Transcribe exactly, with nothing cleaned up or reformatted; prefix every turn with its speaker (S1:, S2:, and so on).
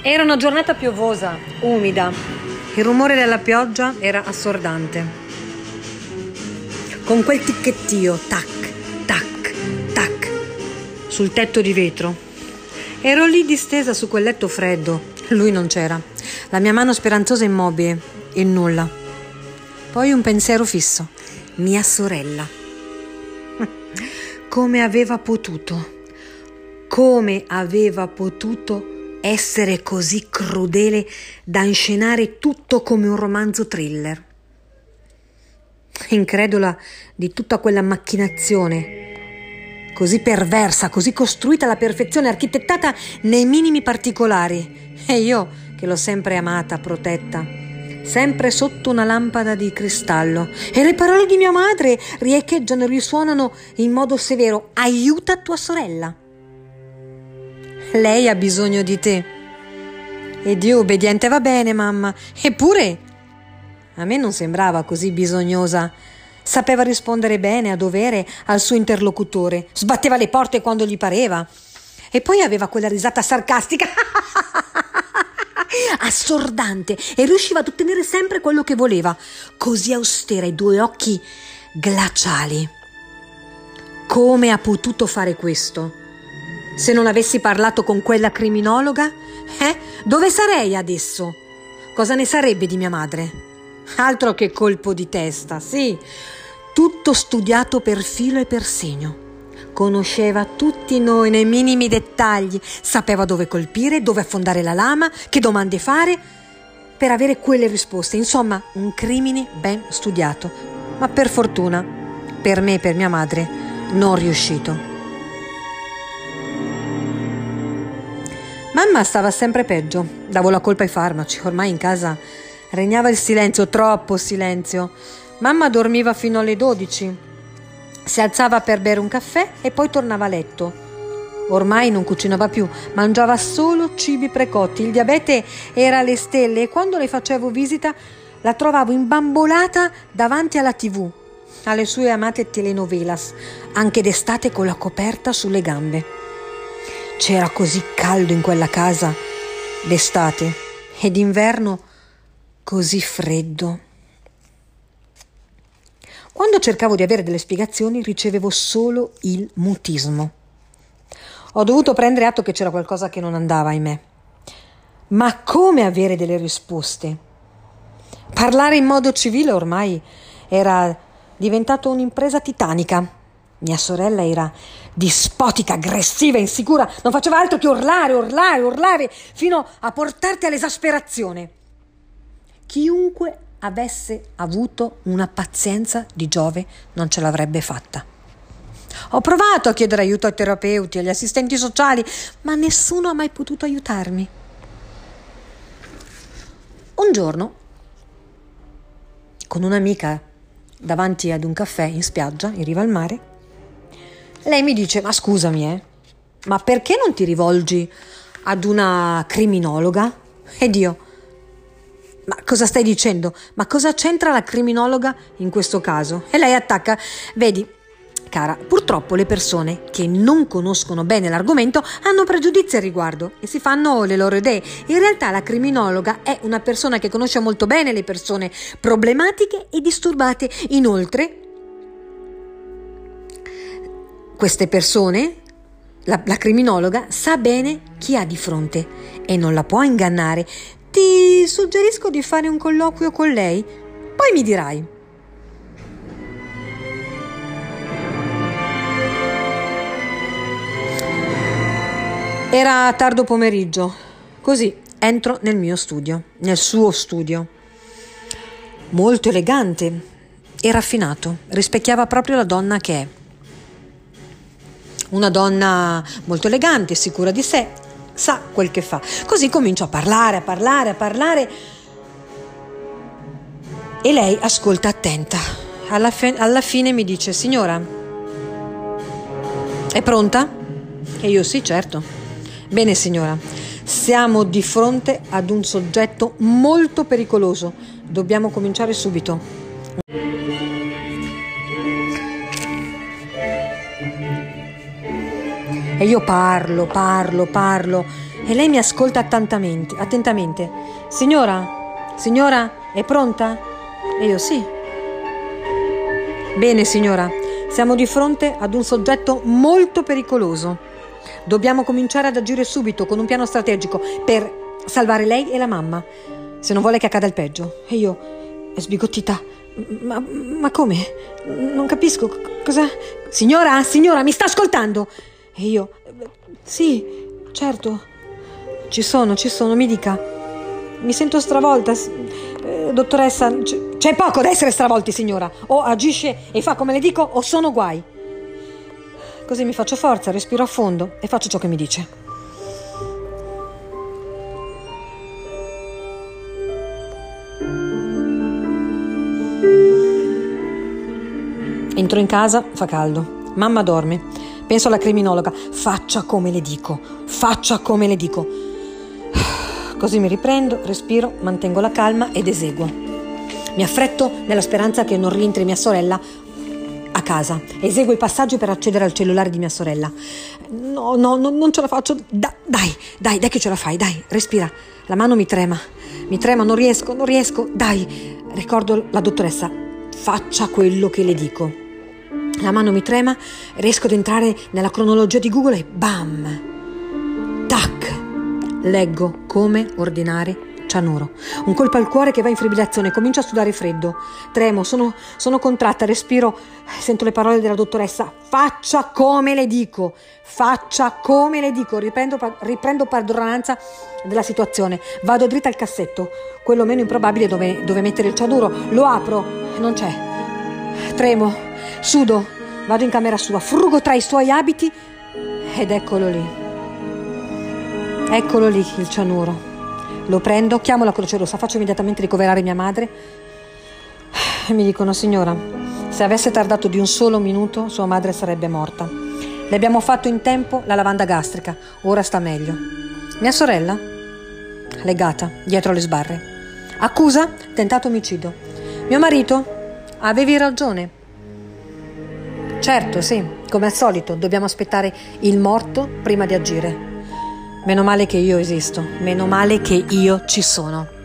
S1: Era una giornata piovosa, umida. Il rumore della pioggia era assordante. Con quel ticchettio, tac, tac, tac, sul tetto di vetro. Ero lì distesa su quel letto freddo. Lui non c'era. La mia mano speranzosa immobile. Il nulla. Poi un pensiero fisso. Mia sorella. Come aveva potuto? Come aveva potuto essere così crudele da inscenare tutto come un romanzo thriller? Incredula di tutta quella macchinazione, così perversa, così costruita alla perfezione, architettata nei minimi particolari. E io, che l'ho sempre amata, protetta, sempre sotto una lampada di cristallo. E le parole di mia madre riecheggiano e risuonano in modo severo: aiuta tua sorella. Lei ha bisogno di te. Ed io obbediente: va bene, mamma. Eppure a me non sembrava così bisognosa. Sapeva rispondere bene, a dovere, al suo interlocutore. Sbatteva le porte quando gli pareva. E poi aveva quella risata sarcastica assordante, e riusciva ad ottenere sempre quello che voleva. Così austera, i due occhi glaciali. Come ha potuto fare questo? Se non avessi parlato con quella criminologa, eh? Dove sarei adesso? Cosa ne sarebbe di mia madre? Altro che colpo di testa, sì. Tutto studiato per filo e per segno. Conosceva tutti noi nei minimi dettagli. Sapeva dove colpire, dove affondare la lama, che domande fare per avere quelle risposte. Insomma, un crimine ben studiato. Ma per fortuna, per me e per mia madre, non riuscito. Mamma stava sempre peggio. Davo la colpa ai farmaci. Ormai in casa regnava il silenzio, troppo silenzio. Mamma dormiva fino alle dodici. Si alzava per bere un caffè e poi tornava a letto. Ormai non cucinava più, mangiava solo cibi precotti. Il diabete era alle stelle e quando le facevo visita la trovavo imbambolata davanti alla tivù, alle sue amate telenovelas, anche d'estate con la coperta sulle gambe. C'era così caldo in quella casa d'estate e d'inverno così freddo. Quando cercavo di avere delle spiegazioni ricevevo solo il mutismo. Ho dovuto prendere atto che c'era qualcosa che non andava, ahimè. Ma come avere delle risposte? Parlare in modo civile ormai era diventato un'impresa titanica. Mia sorella era dispotica, aggressiva, insicura, non faceva altro che urlare, urlare, urlare, fino a portarti all'esasperazione. Chiunque avesse avuto una pazienza di Giove non ce l'avrebbe fatta. Ho provato a chiedere aiuto ai terapeuti, agli assistenti sociali, ma nessuno ha mai potuto aiutarmi. Un giorno, con un'amica davanti ad un caffè in spiaggia, in riva al mare, lei mi dice: ma scusami, eh, ma perché non ti rivolgi ad una criminologa? Ed io: ma cosa stai dicendo? Ma cosa c'entra la criminologa in questo caso? E lei attacca: vedi, cara, purtroppo le persone che non conoscono bene l'argomento hanno pregiudizi al riguardo e si fanno le loro idee. In realtà la criminologa è una persona che conosce molto bene le persone problematiche e disturbate. Inoltre, queste persone, la, la criminologa sa bene chi ha di fronte e non la può ingannare. Ti suggerisco di fare un colloquio con lei, poi mi dirai. Era tardo pomeriggio, così entro nel mio studio, nel suo studio. Molto elegante e raffinato, rispecchiava proprio la donna che è. Una donna molto elegante, sicura di sé, sa quel che fa. Così comincio a parlare, a parlare, a parlare e lei ascolta attenta. Alla, fe- alla fine mi dice: signora, è pronta? E io: sì, certo. Bene signora, siamo di fronte ad un soggetto molto pericoloso. Dobbiamo cominciare subito. E io parlo, parlo, parlo E lei mi ascolta attentamente, attentamente. Signora, signora, è pronta? E io sì. Bene, signora, siamo di fronte ad un soggetto molto pericoloso. Dobbiamo cominciare ad agire subito con un piano strategico per salvare lei e la mamma, se non vuole che accada il peggio. E io, sbigottita, ma, ma come? Non capisco, cosa? Signora, signora, mi sta ascoltando? E io, sì, certo, ci sono, ci sono, mi dica. Mi sento stravolta, eh, dottoressa, c- c'è poco da essere stravolti, signora. O agisce e fa come le dico o sono guai. Così mi faccio forza, respiro a fondo e faccio ciò che mi dice. Entro in casa, fa caldo. Mamma dorme. Penso alla criminologa. Faccia come le dico. Faccia come le dico. Così mi riprendo, respiro, mantengo la calma ed eseguo. Mi affretto nella speranza che non rientri mia sorella a casa. Eseguo i passaggi per accedere al cellulare di mia sorella. No, no, no, non ce la faccio. Da, dai, dai, dai che ce la fai, dai, respira. La mano mi trema. Mi trema, non riesco, non riesco. Dai, ricordo la dottoressa. Faccia quello che le dico. La mano mi trema, riesco ad entrare nella cronologia di Google e bam! Tac! Leggo come ordinare cianuro. Un colpo al cuore che va in fibrillazione, comincio a sudare freddo. Tremo, sono, sono contratta, respiro, sento le parole della dottoressa. Faccia come le dico, faccia come le dico. Riprendo, riprendo padronanza della situazione. Vado dritta al cassetto, quello meno improbabile dove, dove mettere il cianuro. Lo apro, non c'è. Tremo, sudo, vado in camera sua, frugo tra i suoi abiti ed eccolo lì. Eccolo lì il cianuro. Lo prendo, chiamo la Croce Rossa, faccio immediatamente ricoverare mia madre e mi dicono: signora, se avesse tardato di un solo minuto sua madre sarebbe morta. Le abbiamo fatto in tempo la lavanda gastrica, ora sta meglio. Mia sorella? Legata, dietro le sbarre. Accusa? Tentato omicidio. Mio marito? Avevi ragione. Certo, sì, come al solito, dobbiamo aspettare il morto prima di agire. Meno male che io esisto, meno male che io ci sono.